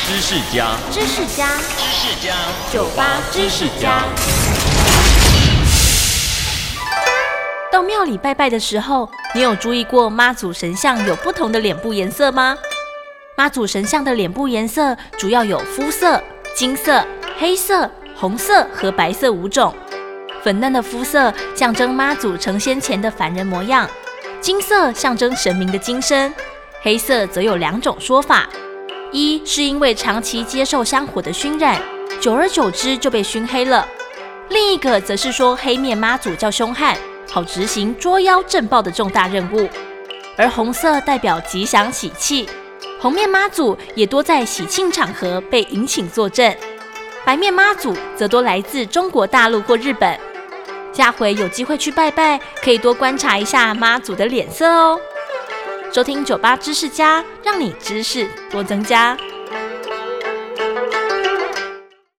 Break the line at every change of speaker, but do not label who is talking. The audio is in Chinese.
知识家，
知识家，
知识家，
酒吧知识家。到庙里拜拜的时候，你有注意过妈祖神像有不同的脸部颜色吗？妈祖神像的脸部颜色主要有肤色、金色、黑色、红色和白色5种。粉嫩的肤色象征妈祖成仙前的凡人模样，金色象征神明的金身，黑色则有2种说法：一是因为长期接受香火的熏染，久而久之就被熏黑了；另一个则是说黑面妈祖较凶悍，好执行捉妖镇暴的重大任务。而红色代表吉祥喜气，红面妈祖也多在喜庆场合被迎请坐镇，白面妈祖则多来自中国大陆或日本。下回有机会去拜拜，可以多观察一下妈祖的脸色哦。收听酒吧知识家，让你知识多增加。